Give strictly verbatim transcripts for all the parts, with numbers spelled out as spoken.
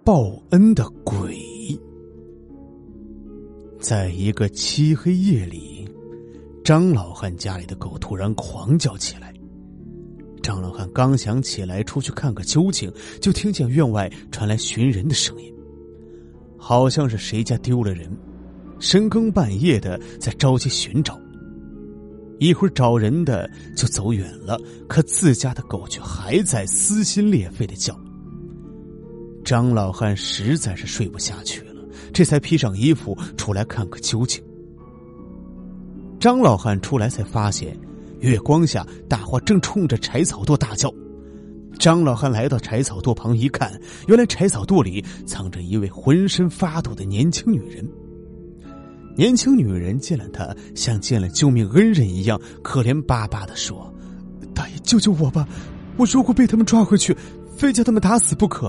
报恩的鬼。在一个漆黑夜里，张老汉家里的狗突然狂叫起来。张老汉刚想起来出去看个究竟，就听见院外传来寻人的声音，好像是谁家丢了人，深更半夜的在着急寻找。一会儿找人的就走远了，可自家的狗却还在撕心裂肺的叫。张老汉实在是睡不下去了，这才披上衣服出来看个究竟。张老汉出来才发现，月光下大花正冲着柴草垛大叫。张老汉来到柴草垛旁一看，原来柴草垛里藏着一位浑身发抖的年轻女人。年轻女人见了他，像见了救命恩人一样，可怜巴巴地说：“大爷，救救我吧！我如果被他们抓回去，非叫他们打死不可。”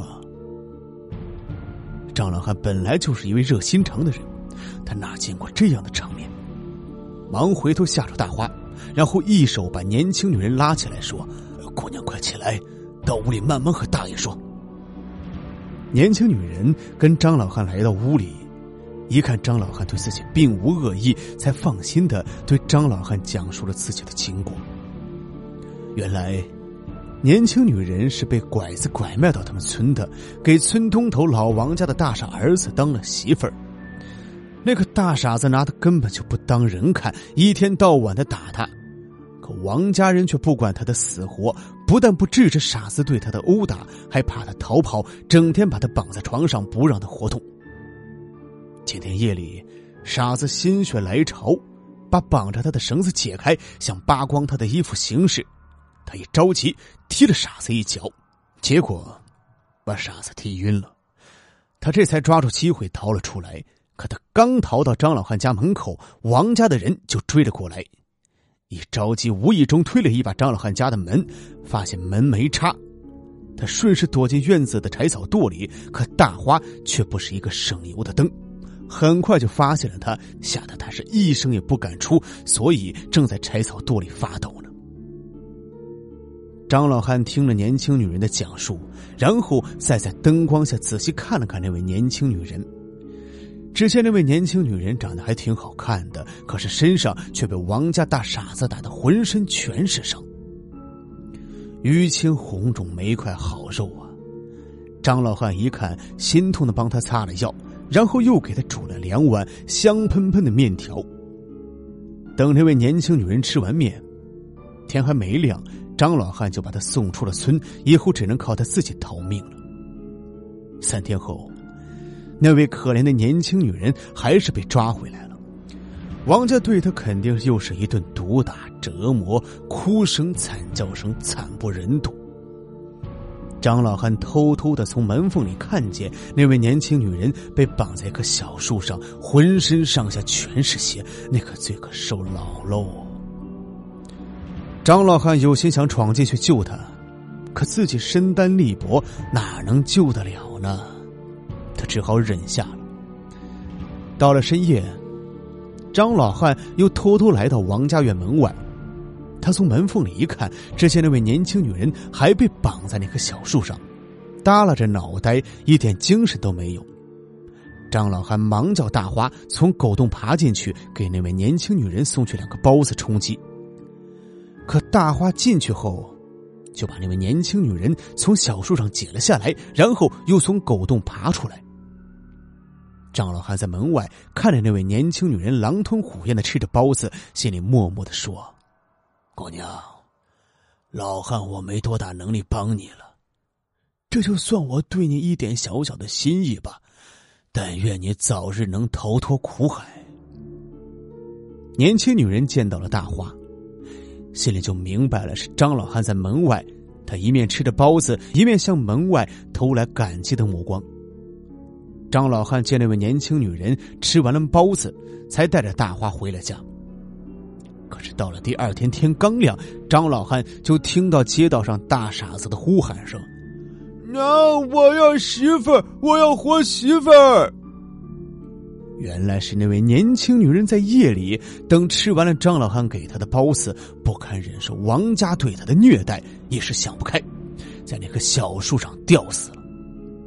张老汉本来就是一位热心肠的人，他哪见过这样的场面，忙回头吓住大花，然后一手把年轻女人拉起来说：“姑娘快起来，到屋里慢慢和大爷说。”年轻女人跟张老汉来到屋里，一看张老汉对自己并无恶意，才放心的对张老汉讲述了自己的经过。原来年轻女人是被拐子拐卖到他们村的，给村东头老王家的大傻儿子当了媳妇儿。那个大傻子拿他根本就不当人看，一天到晚的打他，可王家人却不管他的死活，不但不制止傻子对他的殴打，还怕他逃跑，整天把他绑在床上不让他活动。今天夜里，傻子心血来潮，把绑着他的绳子解开，想扒光他的衣服行事。他一着急踢了傻子一脚，结果把傻子踢晕了。他这才抓住机会逃了出来，可他刚逃到张老汉家门口，王家的人就追了过来。一着急无意中推了一把张老汉家的门，发现门没插，他顺势躲进院子的柴草垛里，可大花却不是一个省油的灯，很快就发现了他，吓得他是一声也不敢出，所以正在柴草垛里发抖呢。张老汉听了年轻女人的讲述，然后再在灯光下仔细看了看那位年轻女人。只见那位年轻女人长得还挺好看的，可是身上却被王家大傻子打得浑身全是伤，淤青红肿，没块好肉啊。张老汉一看，心痛的帮他擦了药，然后又给他煮了两碗香喷喷的面条。等那位年轻女人吃完面，天还没亮，张老汉就把他送出了村，以后只能靠他自己逃命了。三天后，那位可怜的年轻女人还是被抓回来了。王家对她肯定又是一顿毒打折磨，哭声惨叫声惨不忍睹。张老汉偷偷的从门缝里看见那位年轻女人被绑在一棵小树上，浑身上下全是血，那可罪可受老喽。张老汉有心想闯进去救她，可自己身单力薄，哪能救得了呢？他只好忍下了。到了深夜，张老汉又偷偷来到王家院门外，他从门缝里一看，只见那位年轻女人还被绑在那棵小树上，耷拉着脑袋，一点精神都没有。张老汉忙叫大花从狗洞爬进去，给那位年轻女人送去两个包子充饥。可大花进去后，就把那位年轻女人从小树上解了下来，然后又从狗洞爬出来。张老汉在门外看着那位年轻女人狼吞虎咽的吃着包子，心里默默地说：“姑娘，老汉我没多大能力帮你了，这就算我对你一点小小的心意吧，但愿你早日能逃脱苦海。”年轻女人见到了大花，心里就明白了是张老汉在门外，他一面吃着包子，一面向门外投来感激的目光。张老汉见那位年轻女人吃完了包子，才带着大花回了家。可是到了第二天天刚亮，张老汉就听到街道上大傻子的呼喊声：“娘，我要媳妇儿，我要活媳妇儿！”原来是那位年轻女人在夜里等吃完了张老汉给她的包子，不堪忍受王家对她的虐待，一时想不开，在那棵小树上吊死了。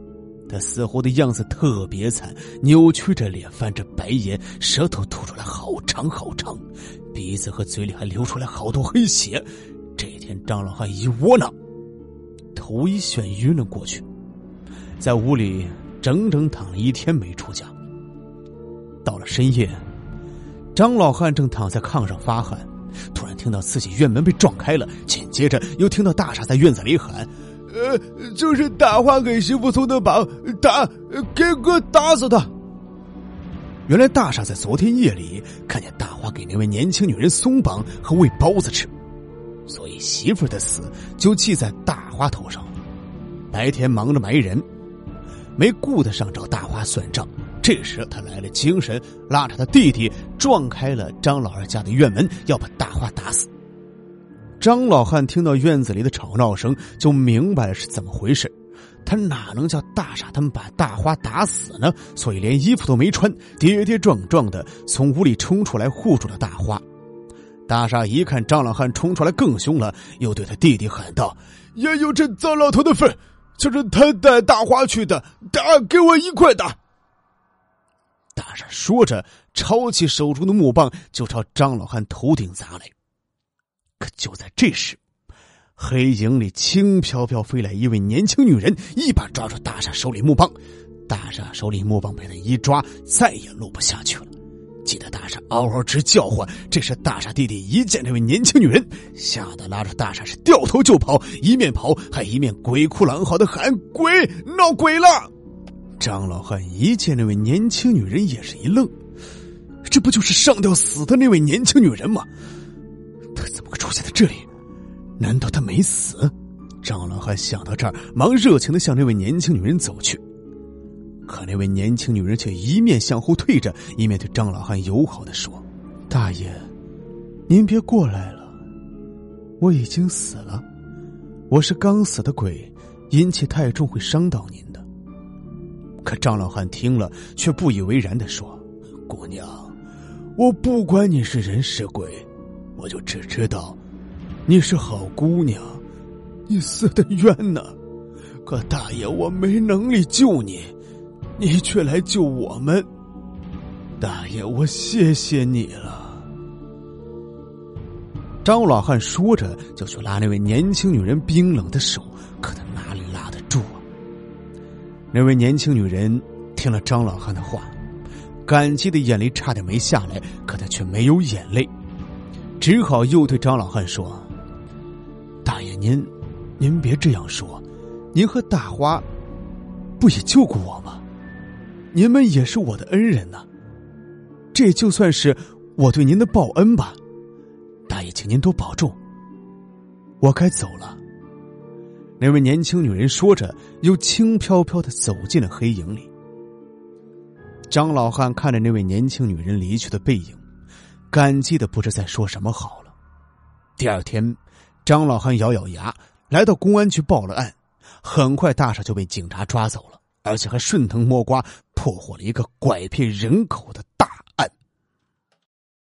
他死后的样子特别惨，扭曲着脸，翻着白眼，舌头吐出来好长好长，鼻子和嘴里还流出来好多黑血。这天张老汉一窝囊，头一眩晕了过去，在屋里整整躺了一天没出家。到了深夜，张老汉正躺在炕上发汗，突然听到自己院门被撞开了，紧接着又听到大傻在院子里喊：呃，就是大花给媳妇送的绑，打，给我打死他！原来大傻在昨天夜里看见大花给那位年轻女人松绑和喂包子吃，所以媳妇的死就记在大花头上。白天忙着埋人，没顾得上找大花算账。这时他来了精神，拉着他弟弟撞开了张老二家的院门，要把大花打死。张老汉听到院子里的吵闹声，就明白了是怎么回事。他哪能叫大傻他们把大花打死呢？所以连衣服都没穿，跌跌撞撞的从屋里冲出来护住了大花。大傻一看张老汉冲出来更凶了，又对他弟弟喊道：也有这糟老头的份，就是他带大花去的，打，给我一块打！大傻说着，抄起手中的木棒就朝张老汉头顶砸来。可就在这时，黑影里轻飘飘飞来一位年轻女人，一把抓住大傻手里木棒。大傻手里木棒被他一抓，再也落不下去了。气得大傻嗷嗷直叫唤。这时大傻弟弟一见这位年轻女人，吓得拉着大傻是掉头就跑，一面跑还一面鬼哭狼嚎的喊：鬼，闹鬼了！张老汉一见那位年轻女人也是一愣，这不就是上吊死的那位年轻女人吗？她怎么会出现在这里？难道她没死？张老汉想到这儿，忙热情地向那位年轻女人走去。可那位年轻女人却一面向后退着，一面对张老汉友好地说：大爷，您别过来了，我已经死了，我是刚死的鬼，阴气太重会伤到您的。可张老汉听了却不以为然地说：姑娘，我不管你是人是鬼，我就只知道你是好姑娘，你死得冤呢。可大爷，我没能力救你，你却来救我们，大爷，我谢谢你了。张老汉说着就去拉那位年轻女人冰冷的手，可他哪里拉得住啊？那位年轻女人听了张老汉的话，感激的眼泪差点没下来，可他却没有眼泪，只好又对张老汉说：大爷，您您别这样说，您和大花不也救过我吗？您们也是我的恩人呢，这就算是我对您的报恩吧。大爷，请您多保重，我该走了。那位年轻女人说着，又轻飘飘地走进了黑影里。张老汉看着那位年轻女人离去的背影，感激的不知再说什么好了。第二天，张老汉咬咬牙来到公安局报了案，很快大傻就被警察抓走了，而且还顺藤摸瓜破获了一个拐骗人口的